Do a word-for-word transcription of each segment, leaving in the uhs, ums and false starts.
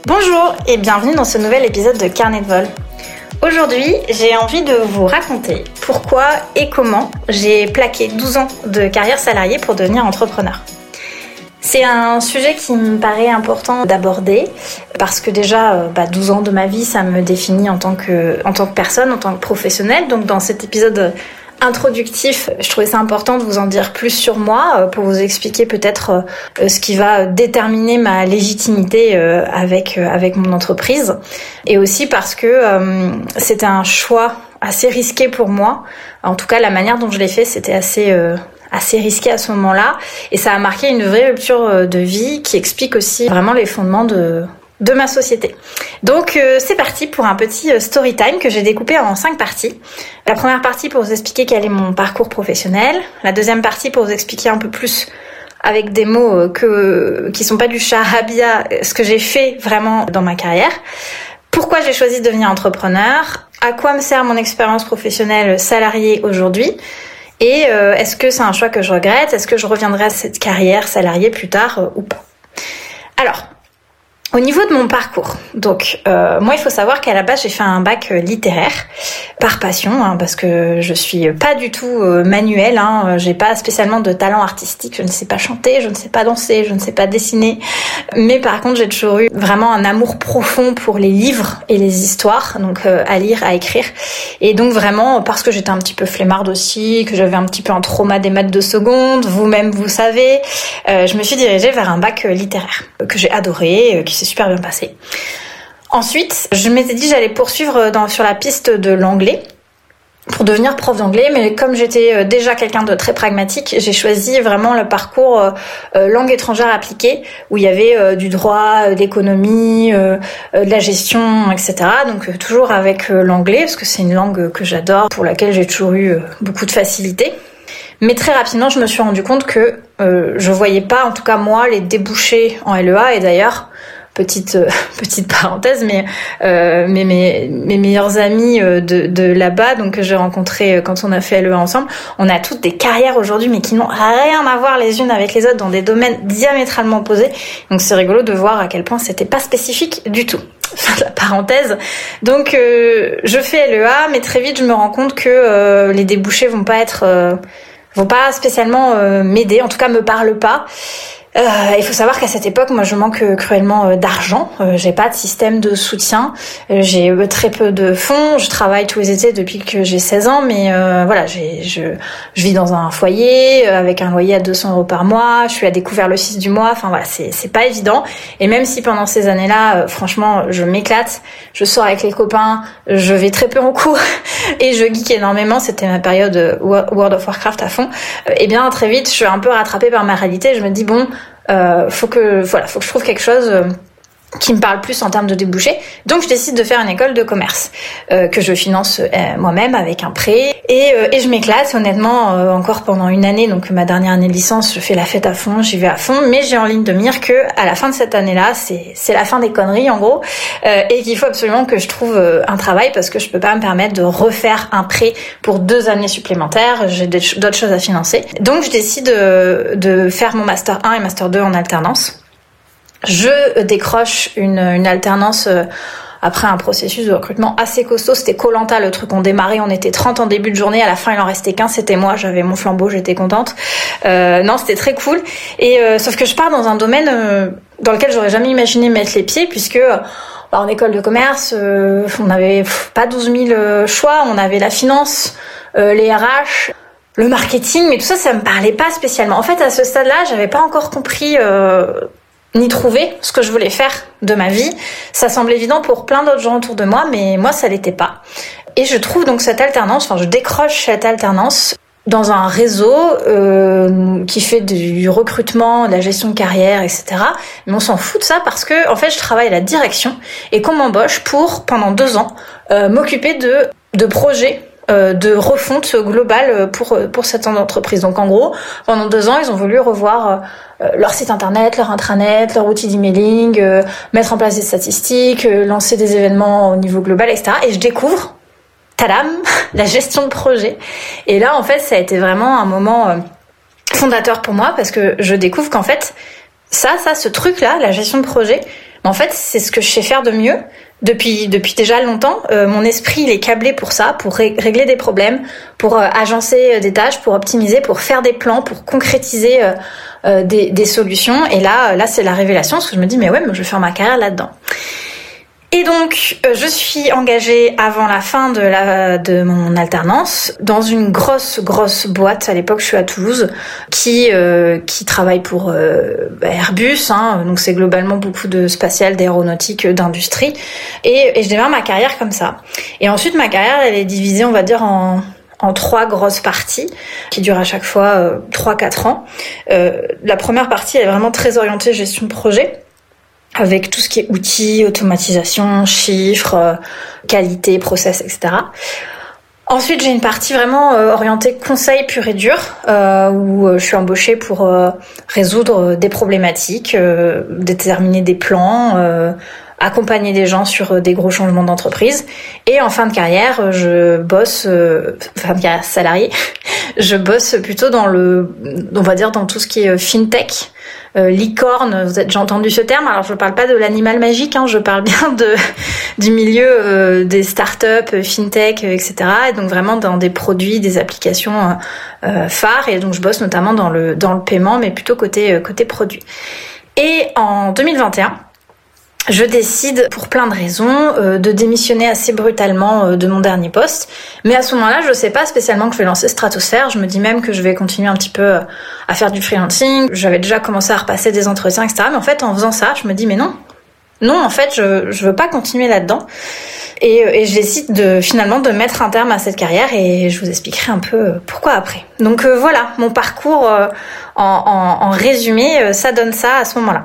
Bonjour et bienvenue dans ce nouvel épisode de Carnet de vol. Aujourd'hui, j'ai envie de vous raconter pourquoi et comment j'ai plaqué douze ans de carrière salariée pour devenir entrepreneur. C'est un sujet qui me paraît important d'aborder parce que déjà, bah, douze ans de ma vie, ça me définit en tant que, en tant que personne, en tant que professionnelle. Donc dans cet épisode introductif, je trouvais ça important de vous en dire plus sur moi pour vous expliquer peut-être ce qui va déterminer ma légitimité avec, avec mon entreprise. Et aussi parce que euh, c'était un choix assez risqué pour moi. En tout cas, la manière dont je l'ai fait, c'était assez... Euh, assez risqué à ce moment-là, et ça a marqué une vraie rupture de vie qui explique aussi vraiment les fondements de, de ma société. Donc euh, c'est parti pour un petit story time que j'ai découpé en cinq parties. La première partie pour vous expliquer quel est mon parcours professionnel, la deuxième partie pour vous expliquer un peu plus avec des mots que, qui sont pas du charabia, ce que j'ai fait vraiment dans ma carrière, pourquoi j'ai choisi de devenir entrepreneur, à quoi me sert mon expérience professionnelle salariée aujourd'hui, et euh, est-ce que c'est un choix que je regrette? Est-ce que je reviendrai à cette carrière salariée plus tard euh, ou pas? Alors, au niveau de mon parcours, donc euh, moi il faut savoir qu'à la base j'ai fait un bac euh, littéraire par passion, hein, parce que je suis pas du tout euh, manuelle, hein, j'ai pas spécialement de talent artistique, je ne sais pas chanter, je ne sais pas danser, je ne sais pas dessiner, mais par contre j'ai toujours eu vraiment un amour profond pour les livres et les histoires, donc euh, à lire, à écrire, et donc vraiment parce que j'étais un petit peu flemmarde aussi, que j'avais un petit peu un trauma des maths de seconde, vous-même vous savez, euh, je me suis dirigée vers un bac euh, littéraire euh, que j'ai adoré, euh, qui c'est super bien passé. Ensuite, je m'étais dit que j'allais poursuivre dans, sur la piste de l'anglais pour devenir prof d'anglais, mais comme j'étais déjà quelqu'un de très pragmatique, j'ai choisi vraiment le parcours euh, langue étrangère appliquée, où il y avait euh, du droit, euh, d'économie, euh, euh, de la gestion, et cetera. Donc euh, toujours avec euh, l'anglais, parce que c'est une langue que j'adore, pour laquelle j'ai toujours eu euh, beaucoup de facilité. Mais très rapidement, je me suis rendu compte que euh, je voyais pas, en tout cas moi, les débouchés en L E A, et d'ailleurs, Petite euh, petite parenthèse, mais euh, mes, mes mes meilleurs amis euh, de de là-bas, donc que j'ai rencontrés quand on a fait L E A ensemble, on a toutes des carrières aujourd'hui, mais qui n'ont rien à voir les unes avec les autres, dans des domaines diamétralement opposés. Donc c'est rigolo de voir à quel point c'était pas spécifique du tout. Fin de la parenthèse. Donc euh, je fais L E A, mais très vite je me rends compte que euh, les débouchés vont pas être euh, vont pas spécialement euh, m'aider, en tout cas me parlent pas. Euh, il faut savoir qu'à cette époque, moi, je manque cruellement euh, d'argent. Euh, j'ai pas de système de soutien. Euh, j'ai euh, très peu de fonds. Je travaille tous les étés depuis que j'ai seize ans, mais euh, voilà, j'ai, je, je vis dans un foyer euh, avec un loyer à deux cents euros par mois. Je suis à découvert le six du mois. Enfin voilà, c'est c'est pas évident. Et même si pendant ces années-là, euh, franchement, je m'éclate, je sors avec les copains, je vais très peu en cours et je geek énormément. C'était ma période euh, World of Warcraft à fond. Euh, et bien très vite, je suis un peu rattrapée par ma réalité. Je me dis bon. Euh, faut que voilà, faut que je trouve quelque chose euh, qui me parle plus en termes de débouchés. Donc je décide de faire une école de commerce euh, que je finance euh, moi-même avec un prêt et, euh, et je m'éclate honnêtement euh, encore pendant une année. Donc ma dernière année de licence, je fais la fête à fond, j'y vais à fond, mais j'ai en ligne de mire que à la fin de cette année-là, c'est c'est la fin des conneries en gros, euh, et qu'il faut absolument que je trouve euh, un travail parce que je peux pas me permettre de refaire un prêt pour deux années supplémentaires. J'ai d'autres choses à financer. Donc je décide de, de faire mon master un et master deux en alternance. Je décroche une, une alternance euh, après un processus de recrutement assez costaud. C'était Koh-Lanta le truc. On démarrait, on était trente en début de journée. À la fin, il en restait quinze. C'était moi. J'avais mon flambeau. J'étais contente. Euh, non, c'était très cool. Et euh, sauf que je pars dans un domaine euh, dans lequel j'aurais jamais imaginé mettre les pieds, puisque euh, en école de commerce, euh, on n'avait pas douze mille euh, choix. On avait la finance, euh, les R H. Le marketing, mais tout ça, ça me parlait pas spécialement. En fait, à ce stade-là, j'avais pas encore compris euh, ni trouvé ce que je voulais faire de ma vie. Ça semble évident pour plein d'autres gens autour de moi, mais moi, ça l'était pas. Et je trouve donc cette alternance, enfin, je décroche cette alternance dans un réseau euh, qui fait du recrutement, de la gestion de carrière, et cetera. Mais on s'en fout de ça parce que, en fait, je travaille à la direction et qu'on m'embauche pour, pendant deux ans, euh, m'occuper de, de projets de refonte globale pour pour cette entreprise. Donc en gros, pendant deux ans, ils ont voulu revoir euh, leur site internet, leur intranet, leur outil d'emailing, euh, mettre en place des statistiques, euh, lancer des événements au niveau global, et cetera. Et je découvre, tadam, la gestion de projet. Et là, en fait, ça a été vraiment un moment euh, fondateur pour moi parce que je découvre qu'en fait, ça, ça, ce truc-là, la gestion de projet, en fait, c'est ce que je sais faire de mieux. Depuis depuis déjà longtemps, euh, mon esprit il est câblé pour ça, pour ré- régler des problèmes, pour euh, agencer des tâches, pour optimiser, pour faire des plans, pour concrétiser euh, euh, des, des solutions. Et là, là c'est la révélation, parce que je me dis mais ouais, mais je vais faire ma carrière là-dedans. Et donc, euh, je suis engagée avant la fin de la de mon alternance dans une grosse grosse boîte. À l'époque, je suis à Toulouse, qui euh, qui travaille pour euh, Airbus. Hein, donc, c'est globalement beaucoup de spatial, d'aéronautique, d'industrie. Et, et je démarre ma carrière comme ça. Et ensuite, ma carrière, elle est divisée, on va dire, en en trois grosses parties qui durent à chaque fois euh, trois quatre ans. Euh, la première partie, elle est vraiment très orientée gestion de projet, avec tout ce qui est outils, automatisation, chiffres, euh, qualité, process, et cetera. Ensuite, j'ai une partie vraiment euh, orientée conseil pur et dur, euh, où euh, je suis embauchée pour euh, résoudre des problématiques, euh, déterminer des plans, euh, accompagner des gens sur des gros changements d'entreprise. Et en fin de carrière, je bosse, euh, fin de carrière salariée, je bosse plutôt dans le, on va dire dans tout ce qui est fintech. Euh, licorne, vous avez déjà entendu ce terme. Alors je parle pas de l'animal magique, hein, je parle bien de du milieu euh, des startups, fintech, euh, et cetera. Et donc vraiment dans des produits, des applications euh, phares. Et donc je bosse notamment dans le dans le paiement, mais plutôt côté euh, côté produit. Et en deux mille vingt et un, je décide, pour plein de raisons, euh, de démissionner assez brutalement euh, de mon dernier poste. Mais à ce moment-là, je sais pas spécialement que je vais lancer Stratosphère. Je me dis même que je vais continuer un petit peu euh, à faire du freelancing. J'avais déjà commencé à repasser des entretiens, et cetera. Mais en fait, en faisant ça, je me dis mais non, non, en fait, je je veux pas continuer là-dedans. Et, et je décide de finalement de mettre un terme à cette carrière, et je vous expliquerai un peu pourquoi après. Donc euh, voilà, mon parcours euh, en, en, en résumé, euh, ça donne ça à ce moment-là.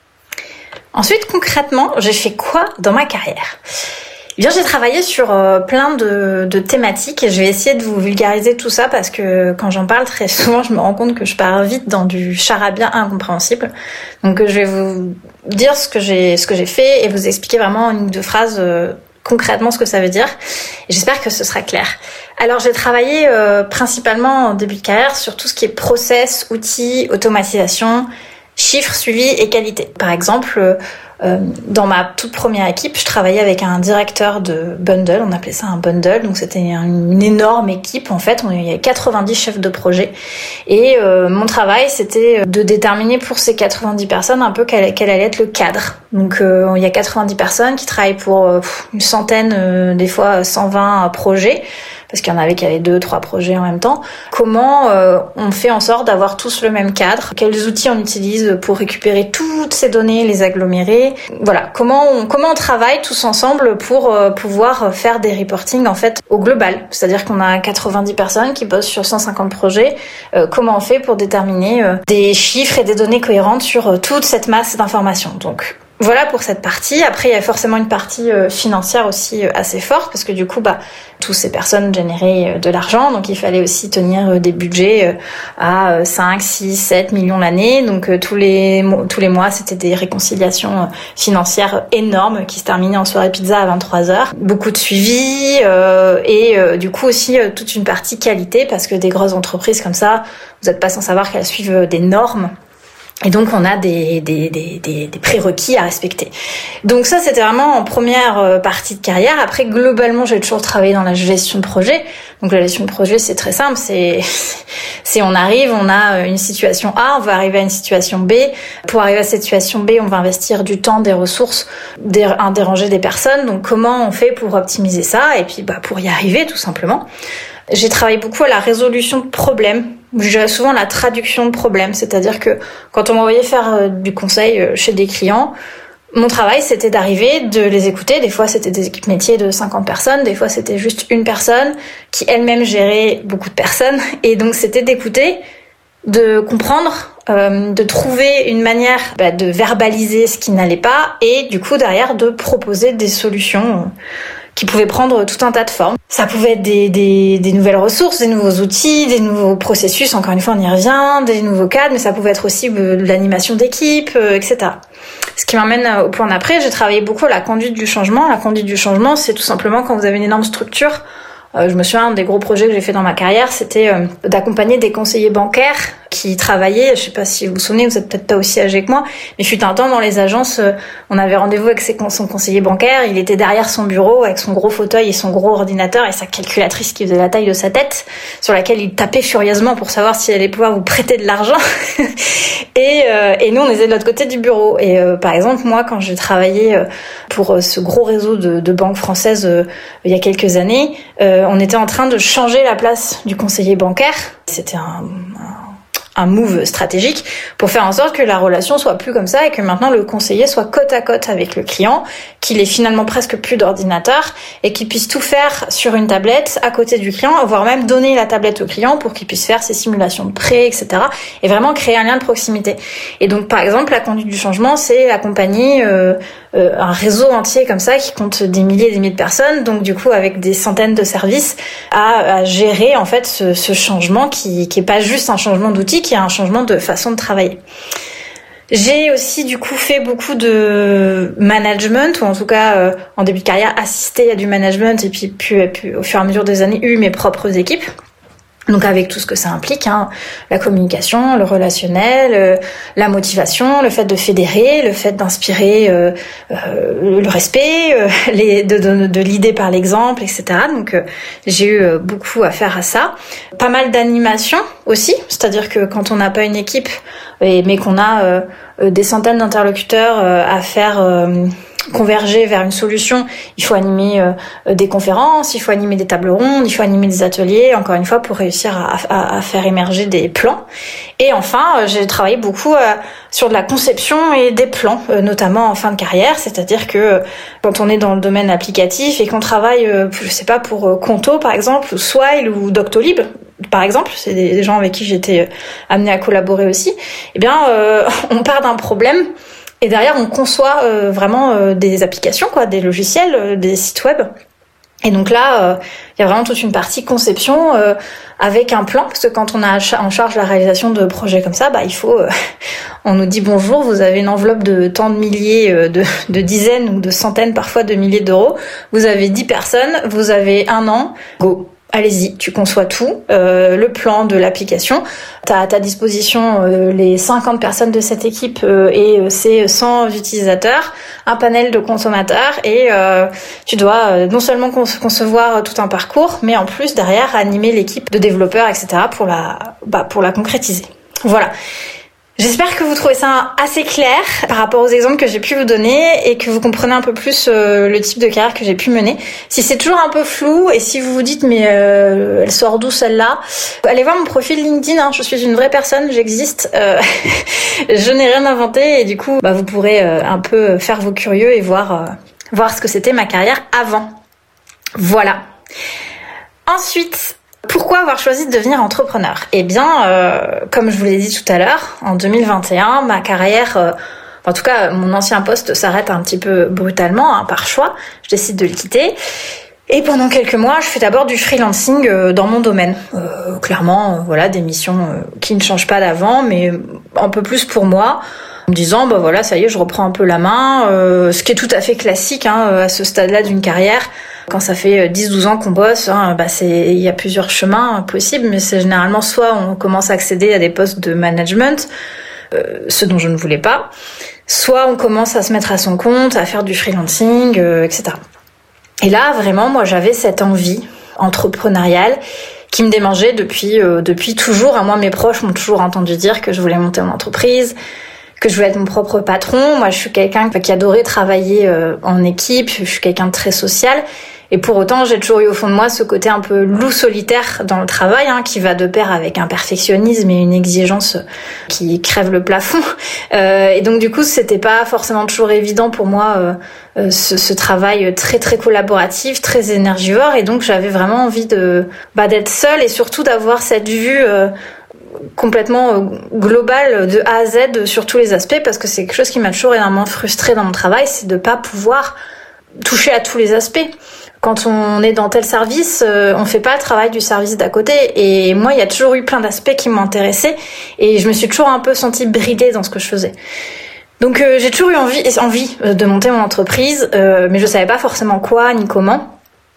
Ensuite, concrètement, j'ai fait quoi dans ma carrière ? Eh bien, j'ai travaillé sur euh, plein de, de thématiques, et je vais essayer de vous vulgariser tout ça parce que quand j'en parle très souvent, je me rends compte que je pars vite dans du charabia incompréhensible. Donc, je vais vous dire ce que j'ai ce que j'ai fait et vous expliquer vraiment en une ou deux phrases euh, concrètement ce que ça veut dire. Et j'espère que ce sera clair. Alors, j'ai travaillé euh, principalement en début de carrière sur tout ce qui est process, outils, automatisation, chiffres, suivi et qualité. Par exemple, euh, dans ma toute première équipe, je travaillais avec un directeur de bundle, on appelait ça un bundle, donc c'était une énorme équipe en fait, il y avait quatre-vingt-dix chefs de projet, et euh, mon travail c'était de déterminer pour ces quatre-vingt-dix personnes un peu quel, quel allait être le cadre. Donc euh, il y a quatre-vingt-dix personnes qui travaillent pour euh, une centaine, euh, des fois cent vingt projets, parce qu'il y en avait qui avaient deux, trois projets en même temps. Comment euh, on fait en sorte d'avoir tous le même cadre ? Quels outils on utilise pour récupérer toutes ces données, les agglomérer ? Voilà, comment on, comment on travaille tous ensemble pour euh, pouvoir faire des reportings en fait au global. C'est-à-dire qu'on a quatre-vingt-dix personnes qui bossent sur cent cinquante projets. Euh, comment on fait pour déterminer euh, des chiffres et des données cohérentes sur euh, toute cette masse d'informations ? Donc voilà pour cette partie. Après, il y a forcément une partie euh, financière aussi euh, assez forte, parce que du coup, bah, toutes ces personnes généraient euh, de l'argent, donc il fallait aussi tenir euh, des budgets euh, à euh, cinq, six, sept millions l'année. Donc euh, tous les mo- tous les mois, c'était des réconciliations euh, financières énormes qui se terminaient en soirée pizza à vingt-trois heures. Beaucoup de suivi euh, et euh, du coup aussi euh, toute une partie qualité, parce que des grosses entreprises comme ça, vous n'êtes pas sans savoir qu'elles suivent des normes. Et donc, on a des, des, des, des, des prérequis à respecter. Donc ça, c'était vraiment en première partie de carrière. Après, globalement, j'ai toujours travaillé dans la gestion de projet. Donc la gestion de projet, c'est très simple. C'est, c'est on arrive, on a une situation A, on va arriver à une situation B. Pour arriver à cette situation B, on va investir du temps, des ressources, des, déranger des personnes. Donc comment on fait pour optimiser ça ? Et puis, bah, pour y arriver, tout simplement. J'ai travaillé beaucoup à la résolution de problèmes. Je dirais souvent la traduction de problèmes. C'est-à-dire que quand on m'envoyait faire euh, du conseil euh, chez des clients, mon travail, c'était d'arriver, de les écouter. Des fois, c'était des équipes métiers de cinquante personnes. Des fois, c'était juste une personne qui elle-même gérait beaucoup de personnes. Et donc, c'était d'écouter, de comprendre, euh, de trouver une manière bah, de verbaliser ce qui n'allait pas et du coup, derrière, de proposer des solutions euh, qui pouvaient prendre tout un tas de formes. Ça pouvait être des, des, des nouvelles ressources, des nouveaux outils, des nouveaux processus, encore une fois on y revient, des nouveaux cadres, mais ça pouvait être aussi de l'animation d'équipe, euh, et cetera. Ce qui m'amène au point d'après, j'ai travaillé beaucoup à la conduite du changement. La conduite du changement, c'est tout simplement quand vous avez une énorme structure. Euh, je me souviens, un des gros projets que j'ai fait dans ma carrière, c'était euh, d'accompagner des conseillers bancaires qui travaillait, je sais pas si vous vous souvenez, vous êtes peut-être pas aussi âgé que moi, mais fut un temps dans les agences, on avait rendez-vous avec son conseiller bancaire, il était derrière son bureau avec son gros fauteuil et son gros ordinateur et sa calculatrice qui faisait la taille de sa tête, sur laquelle il tapait furieusement pour savoir s'il allait pouvoir vous prêter de l'argent. et, euh, et nous, on était de l'autre côté du bureau. Et euh, par exemple, moi, quand j'ai travaillé pour ce gros réseau de, de banques françaises euh, il y a quelques années, euh, on était en train de changer la place du conseiller bancaire. C'était un, un un move stratégique pour faire en sorte que la relation soit plus comme ça et que maintenant le conseiller soit côte à côte avec le client, qu'il ait finalement presque plus d'ordinateur et qu'il puisse tout faire sur une tablette à côté du client, voire même donner la tablette au client pour qu'il puisse faire ses simulations de prêt, et cetera. Et vraiment créer un lien de proximité. Et donc, par exemple, la conduite du changement, c'est accompagner euh, euh, un réseau entier comme ça qui compte des milliers et des milliers de personnes, donc du coup avec des centaines de services à, à gérer en fait ce, ce changement qui qui est pas juste un changement d'outil, qui est un changement de façon de travailler. J'ai aussi du coup fait beaucoup de management, ou en tout cas euh, en début de carrière assisté à du management, et puis, puis, puis au fur et à mesure des années eu mes propres équipes. Donc avec tout ce que ça implique, hein, la communication, le relationnel, euh, la motivation, le fait de fédérer, le fait d'inspirer euh, euh, le respect, euh, les, de, de, de l'idée par l'exemple, et cetera. Donc euh, j'ai eu euh, beaucoup à faire à ça. Pas mal d'animation aussi, c'est-à-dire que quand on n'a pas une équipe, et, mais qu'on a euh, des centaines d'interlocuteurs euh, à faire... Euh, converger vers une solution, il faut animer euh, des conférences, il faut animer des tables rondes, il faut animer des ateliers, encore une fois, pour réussir à, à, à faire émerger des plans. Et enfin, euh, j'ai travaillé beaucoup euh, sur de la conception et des plans, euh, notamment en fin de carrière, c'est-à-dire que euh, quand on est dans le domaine applicatif et qu'on travaille, euh, je sais pas, pour euh, Conto par exemple, ou Swile ou Doctolib, par exemple, c'est des, des gens avec qui j'étais amenée à collaborer aussi, eh bien, euh, on part d'un problème. Et derrière, on conçoit euh, vraiment euh, des applications, quoi, des logiciels, euh, des sites web. Et donc là, il euh, y a vraiment toute une partie conception euh, avec un plan, parce que quand on a en charge la réalisation de projets comme ça, bah il faut, euh, on nous dit bonjour, vous avez une enveloppe de tant de milliers, euh, de, de dizaines ou de centaines parfois de milliers d'euros, vous avez dix personnes, vous avez un an, go. Allez-y, tu conçois tout, euh, le plan de l'application. Tu as à ta disposition euh, les cinquante personnes de cette équipe euh, et euh, ces cent utilisateurs, un panel de consommateurs et euh, tu dois euh, non seulement concevoir tout un parcours, mais en plus derrière animer l'équipe de développeurs, et cetera pour la, bah, pour la concrétiser. Voilà. J'espère que vous trouvez ça assez clair par rapport aux exemples que j'ai pu vous donner et que vous comprenez un peu plus euh, le type de carrière que j'ai pu mener. Si c'est toujours un peu flou et si vous vous dites mais euh, elle sort d'où celle-là, allez voir mon profil LinkedIn, hein, je suis une vraie personne, j'existe, euh, je n'ai rien inventé et du coup bah, vous pourrez euh, un peu faire vos curieux et voir, euh, voir ce que c'était ma carrière avant. Voilà. Ensuite... Pourquoi avoir choisi de devenir entrepreneur ? Eh bien, euh, comme je vous l'ai dit tout à l'heure, en deux mille vingt et un, ma carrière, euh, en tout cas mon ancien poste s'arrête un petit peu brutalement, hein, par choix. Je décide de le quitter. Et pendant quelques mois, je fais d'abord du freelancing euh, dans mon domaine. Euh, clairement, euh, voilà, des missions euh, qui ne changent pas d'avant, mais un peu plus pour moi. En me disant, bah voilà, ça y est, je reprends un peu la main. Euh, ce qui est tout à fait classique hein, à ce stade-là d'une carrière. Quand ça fait dix douze ans qu'on bosse, hein, bah c'est, il y a plusieurs chemins possibles, mais c'est généralement soit on commence à accéder à des postes de management, euh, ce dont je ne voulais pas, soit on commence à se mettre à son compte, à faire du freelancing, euh, et cetera. Et là, vraiment, moi, j'avais cette envie entrepreneuriale qui me démangeait depuis, euh, depuis toujours. À moi, mes proches m'ont toujours entendu dire que je voulais monter en entreprise, que je voulais être mon propre patron. Moi, je suis quelqu'un qui adorait travailler euh, en équipe, je suis quelqu'un de très social. Et pour autant, j'ai toujours eu au fond de moi ce côté un peu loup solitaire dans le travail, hein, qui va de pair avec un perfectionnisme et une exigence qui crève le plafond. Euh, et donc, du coup, c'était pas forcément toujours évident pour moi euh, euh, ce, ce travail très très collaboratif, très énergivore. Et donc, j'avais vraiment envie de bah, d'être seule et surtout d'avoir cette vue euh, complètement globale de A à Z sur tous les aspects, parce que c'est quelque chose qui m'a toujours énormément frustrée dans mon travail, c'est de pas pouvoir toucher à tous les aspects. Quand on est dans tel service, euh, on fait pas le travail du service d'à côté. Et moi, il y a toujours eu plein d'aspects qui m'ont intéressée et je me suis toujours un peu sentie bridée dans ce que je faisais. Donc euh, j'ai toujours eu envie, envie de monter mon entreprise, euh, mais je savais pas forcément quoi ni comment.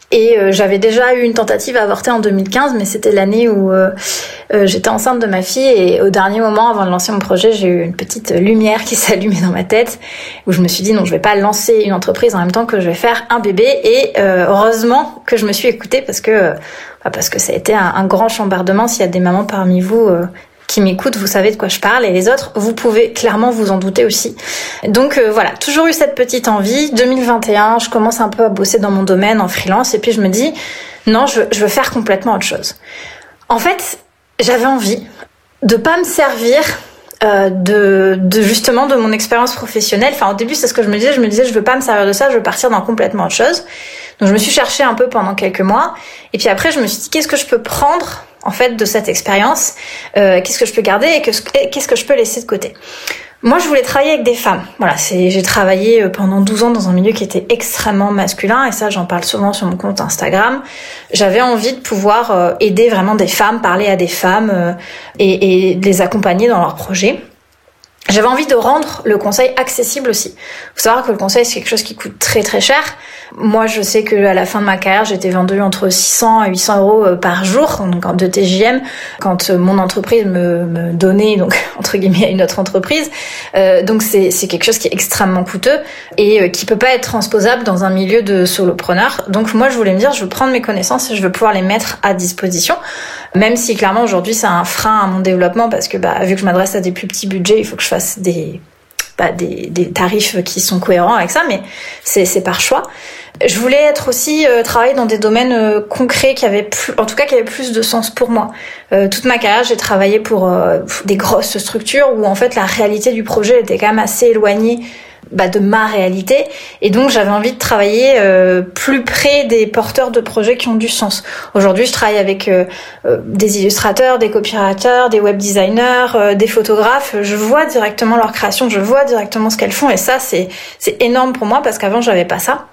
Et euh, j'avais déjà eu une tentative à avorter en deux mille quinze, mais c'était l'année où euh, euh, j'étais enceinte de ma fille, et au dernier moment, avant de lancer mon projet, j'ai eu une petite lumière qui s'allumait dans ma tête, où je me suis dit non, je vais pas lancer une entreprise en même temps que je vais faire un bébé. Et euh, heureusement que je me suis écoutée, parce que euh, parce que ça a été un, un grand chambardement. S'il y a des mamans parmi vous euh, qui m'écoutent, vous savez de quoi je parle, et les autres, vous pouvez clairement vous en douter aussi. Donc euh, voilà, toujours eu cette petite envie. deux mille vingt et un, je commence un peu à bosser dans mon domaine en freelance, et puis je me dis non, je, je veux faire complètement autre chose. En fait, j'avais envie de pas me servir euh, de, de justement de mon expérience professionnelle. Enfin, au début, c'est ce que je me disais. Je me disais, je veux pas me servir de ça, je veux partir dans complètement autre chose. Donc je me suis cherchée un peu pendant quelques mois, et puis après, je me suis dit qu'est-ce que je peux prendre en fait de cette expérience, euh, qu'est-ce que je peux garder et qu'est-ce que je peux laisser de côté. Moi, je voulais travailler avec des femmes. Voilà, c'est, j'ai travaillé pendant douze ans dans un milieu qui était extrêmement masculin, et ça, j'en parle souvent sur mon compte Instagram. J'avais envie de pouvoir euh, aider vraiment des femmes, parler à des femmes euh, et, et les accompagner dans leurs projets. J'avais envie de rendre le conseil accessible aussi. Faut savoir que le conseil, c'est quelque chose qui coûte très très cher. Moi, je sais que à la fin de ma carrière, j'étais vendue entre six cents et huit cents euros par jour, donc de T J M, quand mon entreprise me, me donnait, donc entre guillemets, à une autre entreprise. Euh, donc c'est, c'est quelque chose qui est extrêmement coûteux et euh, qui peut pas être transposable dans un milieu de solopreneur. Donc moi, je voulais me dire, je veux prendre mes connaissances et je veux pouvoir les mettre à disposition. Même si clairement aujourd'hui c'est un frein à mon développement, parce que bah, vu que je m'adresse à des plus petits budgets, il faut que je fasse des, bah, des, des tarifs qui sont cohérents avec ça, mais c'est, c'est par choix. Je voulais être aussi euh, travailler dans des domaines euh, concrets qui avaient plus, en tout cas qui avaient plus de sens pour moi. Euh, toute ma carrière, j'ai travaillé pour euh, des grosses structures où en fait la réalité du projet était quand même assez éloignée bah, de ma réalité, et donc j'avais envie de travailler euh, plus près des porteurs de projets qui ont du sens. Aujourd'hui, je travaille avec euh, euh, des illustrateurs, des copywriters, des web designers, euh, des photographes. Je vois directement leur création, je vois directement ce qu'elles font, et ça c'est c'est énorme pour moi parce qu'avant j'avais pas ça.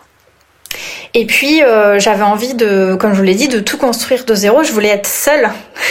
Et puis euh, j'avais envie de, comme je vous l'ai dit, de tout construire de zéro. Je voulais être seule.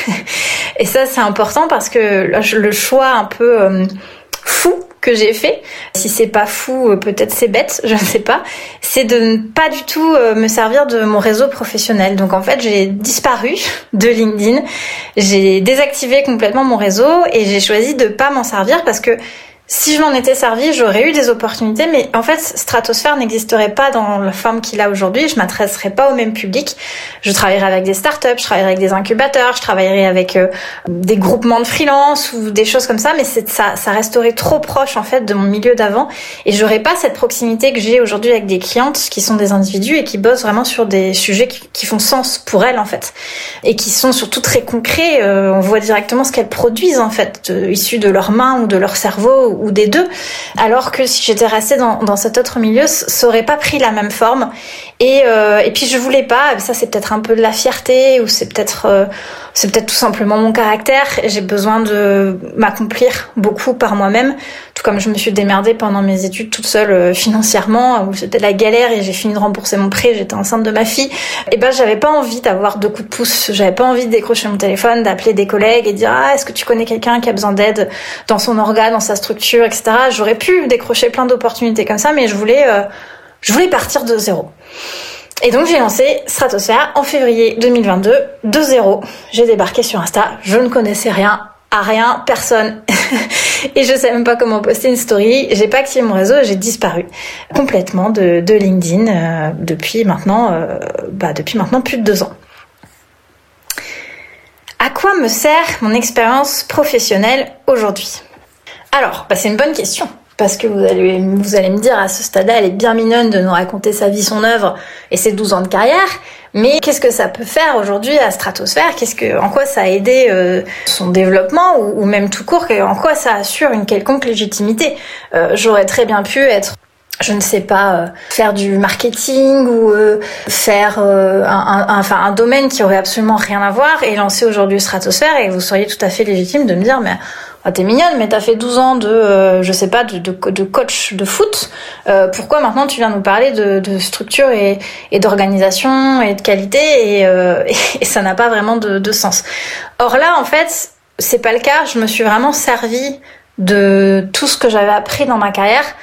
Et ça c'est important parce que le choix un peu euh, fou que j'ai fait, si c'est pas fou, peut-être c'est bête, je ne sais pas, c'est de ne pas du tout me servir de mon réseau professionnel. Donc en fait, j'ai disparu de LinkedIn, j'ai désactivé complètement mon réseau et j'ai choisi de pas m'en servir parce que si je m'en étais servi, j'aurais eu des opportunités, mais en fait, Stratosphère n'existerait pas dans la forme qu'il a aujourd'hui. Je m'adresserais pas au même public. Je travaillerais avec des startups, je travaillerais avec des incubateurs, je travaillerais avec euh, des groupements de freelance ou des choses comme ça, mais c'est, ça, ça resterait trop proche en fait de mon milieu d'avant, et j'aurais pas cette proximité que j'ai aujourd'hui avec des clientes qui sont des individus et qui bossent vraiment sur des sujets qui, qui font sens pour elles en fait, et qui sont surtout très concrets. Euh, on voit directement ce qu'elles produisent en fait, euh, issus de leurs mains ou de leur cerveau, ou des deux, alors que si j'étais restée dans, dans cet autre milieu, ça aurait pas pris la même forme. Et, euh, et puis je voulais pas, ça c'est peut-être un peu de la fierté, ou c'est peut-être euh, c'est peut-être tout simplement mon caractère. J'ai besoin de m'accomplir beaucoup par moi-même, tout comme je me suis démerdée pendant mes études toute seule euh, financièrement, où c'était la galère et j'ai fini de rembourser mon prêt, j'étais enceinte de ma fille. Et ben j'avais pas envie d'avoir deux coups de pouce, j'avais pas envie de décrocher mon téléphone, d'appeler des collègues et de dire ah est-ce que tu connais quelqu'un qui a besoin d'aide dans son orga, dans sa structure, et cetera. J'aurais pu décrocher plein d'opportunités comme ça, mais je voulais euh, je voulais partir de zéro. Et donc j'ai lancé Stratosphère en février deux mille vingt-deux, de zéro. J'ai débarqué sur Insta, je ne connaissais rien, à rien, personne. Et je savais même pas comment poster une story. J'ai pas activé mon réseau, j'ai disparu complètement de, de LinkedIn euh, depuis maintenant, euh, bah depuis maintenant plus de deux ans. À quoi me sert mon expérience professionnelle aujourd'hui ? Alors, bah c'est une bonne question. Parce que vous allez, vous allez me dire, à ce stade-là, elle est bien mignonne de nous raconter sa vie, son œuvre et ses douze ans de carrière. Mais qu'est-ce que ça peut faire aujourd'hui à Stratosphère ? Qu'est-ce que, en quoi ça a aidé euh, son développement, ou, ou même tout court, en quoi ça assure une quelconque légitimité ? euh, J'aurais très bien pu être, je ne sais pas, euh, faire du marketing ou euh, faire euh, un, un, enfin un domaine qui aurait absolument rien à voir et lancer aujourd'hui Stratosphère, et vous seriez tout à fait légitime de me dire, mais ah, t'es mignonne, mais t'as fait douze ans de, euh, je sais pas, de, de, de coach de foot. Euh, pourquoi maintenant tu viens nous parler de, de structure et, et d'organisation et de qualité, et, euh, et ça n'a pas vraiment de, de sens. Or là, en fait, c'est pas le cas. Je me suis vraiment servi de tout ce que j'avais appris dans ma carrière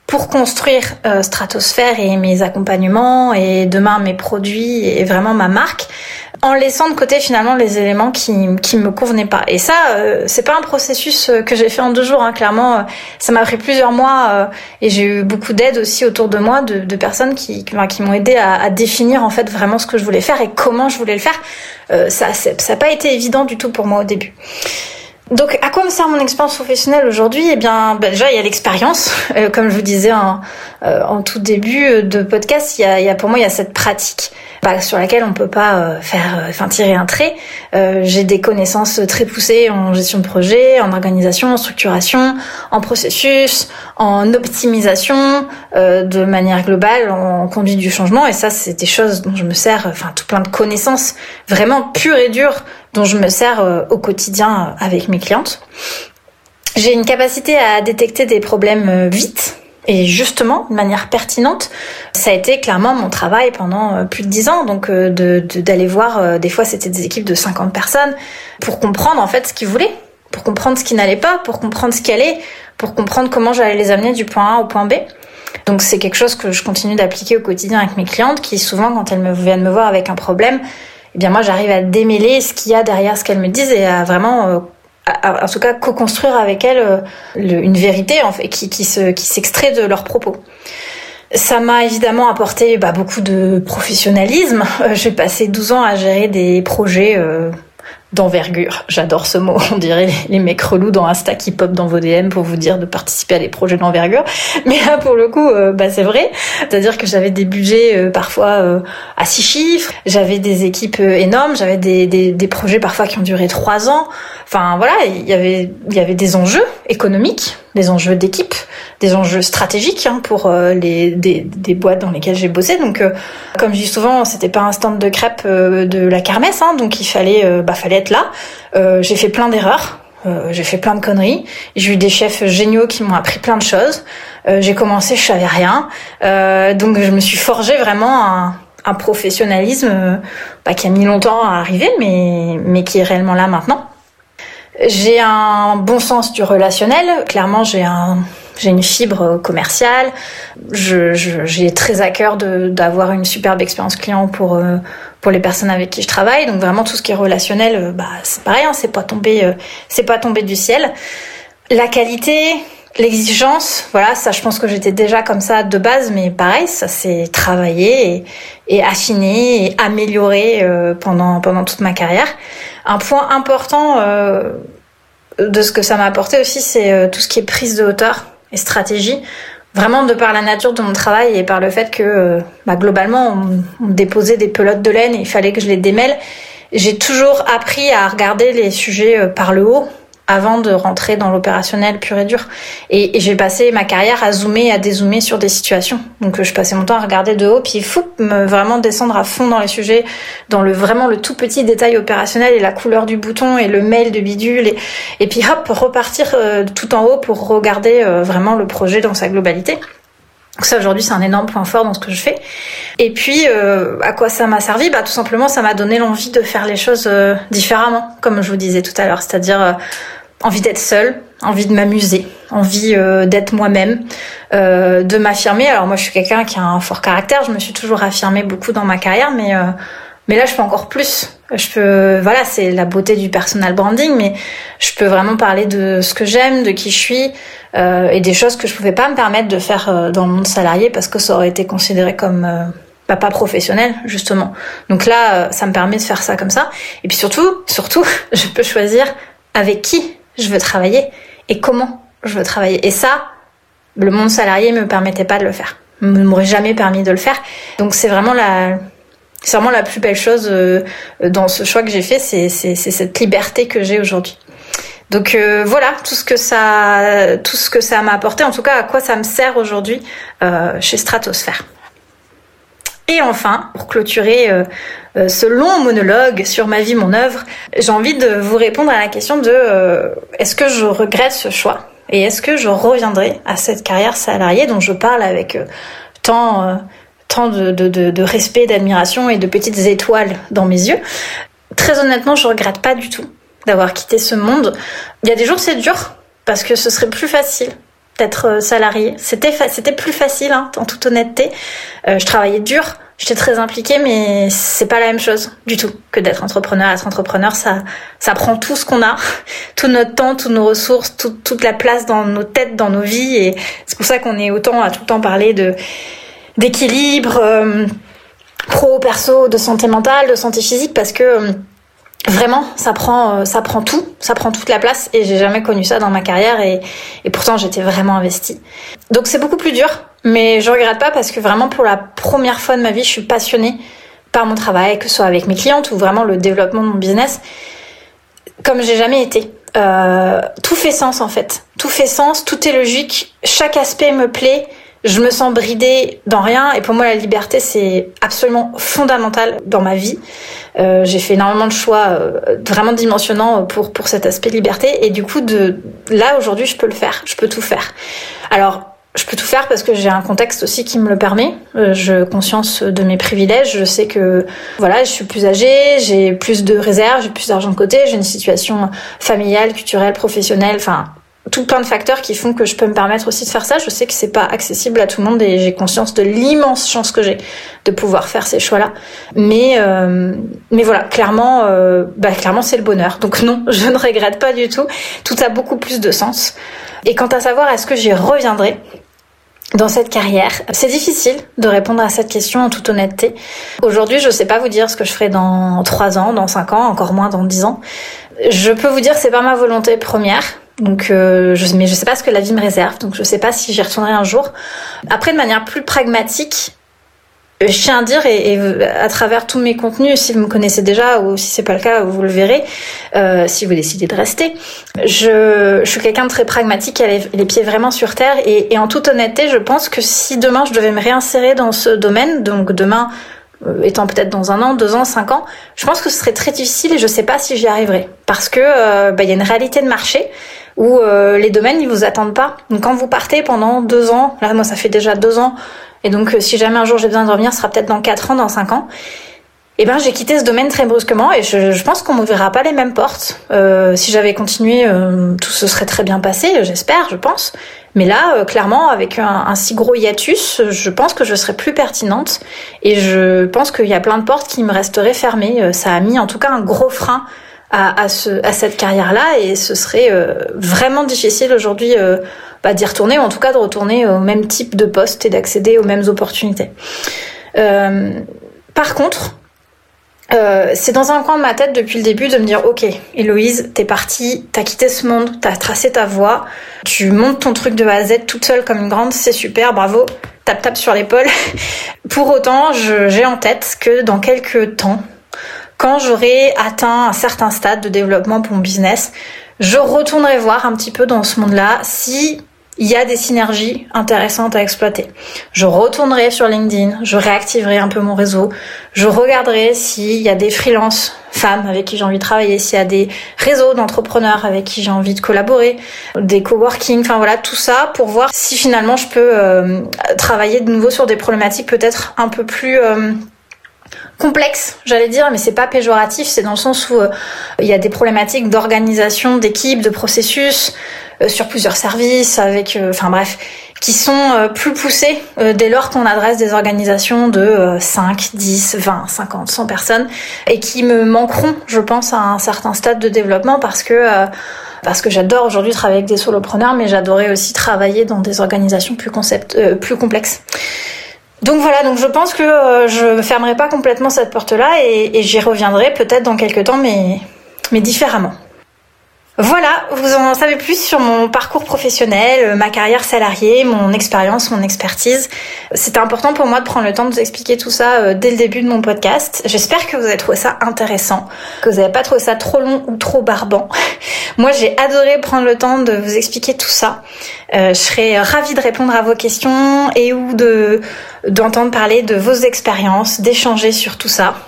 pour construire euh, Stratosphère et mes accompagnements et demain mes produits et vraiment ma marque, en laissant de côté finalement les éléments qui qui me convenaient pas. Et ça, euh, c'est pas un processus que j'ai fait en deux jours. Hein. Clairement, euh, ça m'a pris plusieurs mois euh, et j'ai eu beaucoup d'aide aussi autour de moi de, de personnes qui qui, qui m'ont aidé à, à définir en fait vraiment ce que je voulais faire et comment je voulais le faire. Euh, ça ça n'a pas été évident du tout pour moi au début. Donc, à quoi me sert mon expérience professionnelle aujourd'hui ? Eh bien, ben déjà, il y a l'expérience. Euh, comme je vous disais en, euh, en tout début de podcast, il y a, il y a pour moi, il y a cette pratique bah, sur laquelle on peut pas euh, faire, enfin tirer un trait. Euh, j'ai des connaissances très poussées en gestion de projet, en organisation, en structuration, en processus, en optimisation, euh, de manière globale, en conduite du changement. Et ça, c'est des choses dont je me sers, enfin tout plein de connaissances vraiment pures et dures dont je me sers euh, au quotidien avec mes clientes. J'ai une capacité à détecter des problèmes euh, vite et justement de manière pertinente. Ça a été clairement mon travail pendant euh, plus de dix ans, donc euh, de, de, d'aller voir, euh, des fois c'était des équipes de cinquante personnes, pour comprendre en fait ce qu'ils voulaient, pour comprendre ce qui n'allait pas, pour comprendre ce qui allait, pour comprendre comment j'allais les amener du point A au point B. Donc c'est quelque chose que je continue d'appliquer au quotidien avec mes clientes, qui souvent quand elles me viennent me voir avec un problème, eh bien moi j'arrive à démêler ce qu'il y a derrière ce qu'elles me disent et à vraiment, euh, à, en tout cas, co-construire avec elles euh, le, une vérité en fait qui, qui se, qui s'extrait de leurs propos. Ça m'a évidemment apporté bah, beaucoup de professionnalisme. Euh, j'ai passé douze ans à gérer des projets euh, d'envergure. J'adore ce mot. On dirait les, les mecs relous dans Insta qui pop dans vos D M pour vous dire de participer à des projets d'envergure. Mais là, pour le coup, euh, bah c'est vrai. C'est-à-dire que j'avais des budgets euh, parfois euh, à six chiffres. J'avais des équipes euh, énormes. J'avais des, des, des projets parfois qui ont duré trois ans. Enfin voilà, il y avait il y avait des enjeux économiques, des enjeux d'équipe, des enjeux stratégiques hein, pour euh, les des, des boîtes dans lesquelles j'ai bossé. Donc euh, comme je dis souvent, c'était pas un stand de crêpes euh, de la kermesse, hein, donc il fallait euh, bah fallait être là. Euh, j'ai fait plein d'erreurs, euh, j'ai fait plein de conneries. J'ai eu des chefs géniaux qui m'ont appris plein de choses. Euh, j'ai commencé, je savais rien, euh, donc je me suis forgé vraiment un un professionnalisme euh, bah, qui a mis longtemps à arriver, mais mais qui est réellement là maintenant. J'ai un bon sens du relationnel. Clairement, j'ai un, j'ai une fibre commerciale. Je, je, j'ai très à cœur de, d'avoir une superbe expérience client pour, euh, pour les personnes avec qui je travaille. Donc vraiment, tout ce qui est relationnel, bah, c'est pareil, hein, c'est pas tombé, euh, c'est pas tombé du ciel. La qualité, l'exigence, voilà, ça, je pense que j'étais déjà comme ça de base, mais pareil, ça s'est travaillé et, et affiné et amélioré euh, pendant, pendant toute ma carrière. Un point important euh, de ce que ça m'a apporté aussi, c'est euh, tout ce qui est prise de hauteur et stratégie. Vraiment de par la nature de mon travail et par le fait que euh, bah, globalement, on, on déposait des pelotes de laine et il fallait que je les démêle. J'ai toujours appris à regarder les sujets euh, par le haut avant de rentrer dans l'opérationnel pur et dur. Et, et j'ai passé ma carrière à zoomer, à dézoomer sur des situations. Donc je passais mon temps à regarder de haut, puis fou, me vraiment descendre à fond dans les sujets, dans le vraiment le tout petit détail opérationnel et la couleur du bouton et le mail de bidule. Et, et puis hop, repartir euh, tout en haut pour regarder euh, vraiment le projet dans sa globalité. Donc ça aujourd'hui c'est un énorme point fort dans ce que je fais. Et puis euh, à quoi ça m'a servi ? Bah tout simplement ça m'a donné l'envie de faire les choses euh, différemment, comme je vous disais tout à l'heure, c'est-à-dire euh, envie d'être seule, envie de m'amuser, envie euh, d'être moi-même, euh, de m'affirmer. Alors moi je suis quelqu'un qui a un fort caractère, je me suis toujours affirmée beaucoup dans ma carrière, mais euh, mais là je peux encore plus. Je peux, voilà, c'est la beauté du personal branding, mais je peux vraiment parler de ce que j'aime, de qui je suis, euh, et des choses que je pouvais pas me permettre de faire euh, dans le monde salarié parce que ça aurait été considéré comme euh, bah, pas professionnel justement. Donc là, euh, ça me permet de faire ça comme ça. Et puis surtout, surtout, je peux choisir avec qui je veux travailler et comment je veux travailler. Et ça, le monde salarié me permettait pas de le faire. Ne m'aurait jamais permis de le faire. Donc c'est vraiment la, c'est vraiment la plus belle chose euh, dans ce choix que j'ai fait, c'est, c'est, c'est cette liberté que j'ai aujourd'hui. Donc euh, voilà, tout ce que ça, tout ce que ça m'a apporté, en tout cas à quoi ça me sert aujourd'hui euh, chez Stratosphère. Et enfin, pour clôturer euh, euh, ce long monologue sur ma vie, mon œuvre, j'ai envie de vous répondre à la question de euh, est-ce que je regrette ce choix et est-ce que je reviendrai à cette carrière salariée dont je parle avec euh, tant, euh, tant de, de, de, de respect, d'admiration et de petites étoiles dans mes yeux. Très honnêtement, je regrette pas du tout d'avoir quitté ce monde. Il y a des jours c'est dur parce que ce serait plus facile d'être salarié. C'était, fa- c'était plus facile, hein, en toute honnêteté. Euh, je travaillais dur, j'étais très impliquée, mais c'est pas la même chose du tout que d'être entrepreneur. Être entrepreneur, ça, ça prend tout ce qu'on a, tout notre temps, toutes nos ressources, tout, toute la place dans nos têtes, dans nos vies. Et c'est pour ça qu'on est autant à tout le temps parler de d'équilibre euh, pro, perso, de santé mentale, de santé physique, parce que euh, vraiment, ça prend, ça prend tout, ça prend toute la place, et j'ai jamais connu ça dans ma carrière, et, et pourtant j'étais vraiment investie. Donc c'est beaucoup plus dur, mais je regrette pas parce que vraiment pour la première fois de ma vie, je suis passionnée par mon travail, que ce soit avec mes clientes ou vraiment le développement de mon business, comme j'ai jamais été. Euh, tout fait sens en fait, tout fait sens, tout est logique, chaque aspect me plaît. Je me sens bridée dans rien, et pour moi la liberté c'est absolument fondamental dans ma vie. Euh, j'ai fait énormément de choix euh, vraiment dimensionnants pour pour cet aspect liberté, et du coup de là aujourd'hui je peux le faire, je peux tout faire. Alors je peux tout faire parce que j'ai un contexte aussi qui me le permet. Euh, je conscience de mes privilèges, je sais que voilà, je suis plus âgée, j'ai plus de réserves, j'ai plus d'argent de côté, j'ai une situation familiale, culturelle, professionnelle, enfin tout plein de facteurs qui font que je peux me permettre aussi de faire ça. Je sais que c'est pas accessible à tout le monde, et j'ai conscience de l'immense chance que j'ai de pouvoir faire ces choix-là. Mais euh, mais voilà, clairement, euh, bah clairement c'est le bonheur. Donc non, je ne regrette pas du tout. Tout a beaucoup plus de sens. Et quant à savoir est-ce que j'y reviendrai dans cette carrière, c'est difficile de répondre à cette question en toute honnêteté. Aujourd'hui, je sais pas vous dire ce que je ferai dans trois ans, dans cinq ans, encore moins dans dix ans. Je peux vous dire que c'est pas ma volonté première. Donc, euh, je, mais je sais pas ce que la vie me réserve, donc je sais pas si j'y retournerai un jour. Après, de manière plus pragmatique, je tiens à dire, et, et à travers tous mes contenus, si vous me connaissez déjà, ou si c'est pas le cas, vous le verrez, euh, si vous décidez de rester, je, je suis quelqu'un de très pragmatique, qui a les, les pieds vraiment sur terre, et, et en toute honnêteté, je pense que si demain je devais me réinsérer dans ce domaine, donc demain, étant peut-être dans un an, deux ans, cinq ans, je pense que ce serait très difficile, et je sais pas si j'y arriverai, parce que euh, bah, y a une réalité de marché où euh, les domaines ils vous attendent pas. Donc quand vous partez pendant deux ans, là moi ça fait déjà deux ans, et donc euh, si jamais un jour j'ai besoin de revenir, ce sera peut-être dans quatre ans, dans cinq ans. Et ben j'ai quitté ce domaine très brusquement, et je, je pense qu'on m'ouvrira pas les mêmes portes. Euh, si j'avais continué, euh, tout se serait très bien passé, j'espère, je pense. Mais là, euh, clairement, avec un, un si gros hiatus, je pense que je serais plus pertinente, et je pense qu'il y a plein de portes qui me resteraient fermées. Ça a mis en tout cas un gros frein à, à, ce, à cette carrière-là, et ce serait euh, vraiment difficile aujourd'hui euh, bah, d'y retourner, ou en tout cas de retourner au même type de poste et d'accéder aux mêmes opportunités. Euh, par contre, Euh, c'est dans un coin de ma tête depuis le début de me dire ok, Héloïse, t'es partie, t'as quitté ce monde, t'as tracé ta voie, tu montes ton truc de A à Z toute seule comme une grande, c'est super, bravo, tape tape sur l'épaule. Pour autant, je, j'ai en tête que dans quelques temps, quand j'aurai atteint un certain stade de développement pour mon business, je retournerai voir un petit peu dans ce monde-là si il y a des synergies intéressantes à exploiter. Je retournerai sur LinkedIn, je réactiverai un peu mon réseau, je regarderai s'il y a des freelances femmes avec qui j'ai envie de travailler, s'il y a des réseaux d'entrepreneurs avec qui j'ai envie de collaborer, des coworking, enfin voilà, tout ça pour voir si finalement je peux euh, travailler de nouveau sur des problématiques peut-être un peu plus euh, complexe, j'allais dire, mais c'est pas péjoratif, c'est dans le sens où euh, il y a des problématiques d'organisation, d'équipe, de processus, euh, sur plusieurs services, avec, euh, enfin bref, qui sont euh, plus poussés euh, dès lors qu'on adresse des organisations de euh, cinq, dix, vingt, cinquante, cent personnes, et qui me manqueront, je pense, à un certain stade de développement, parce que euh, parce que j'adore aujourd'hui travailler avec des solopreneurs, mais j'adorais aussi travailler dans des organisations plus concept, euh, plus complexes. Donc voilà, donc je pense que euh, je fermerai pas complètement cette porte-là, et, et j'y reviendrai peut-être dans quelques temps, mais, mais différemment. Voilà, vous en savez plus sur mon parcours professionnel, ma carrière salariée, mon expérience, mon expertise. C'était important pour moi de prendre le temps de vous expliquer tout ça dès le début de mon podcast. J'espère que vous avez trouvé ça intéressant, que vous n'avez pas trouvé ça trop long ou trop barbant. Moi, j'ai adoré prendre le temps de vous expliquer tout ça. Euh, je serais ravie de répondre à vos questions et ou de d'entendre parler de vos expériences, d'échanger sur tout ça.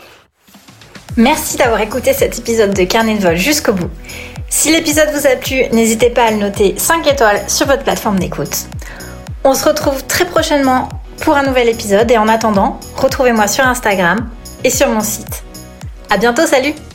Merci d'avoir écouté cet épisode de Carnet de vol jusqu'au bout. Si l'épisode vous a plu, n'hésitez pas à le noter cinq étoiles sur votre plateforme d'écoute. On se retrouve très prochainement pour un nouvel épisode, et en attendant, retrouvez-moi sur Instagram et sur mon site. À bientôt, salut!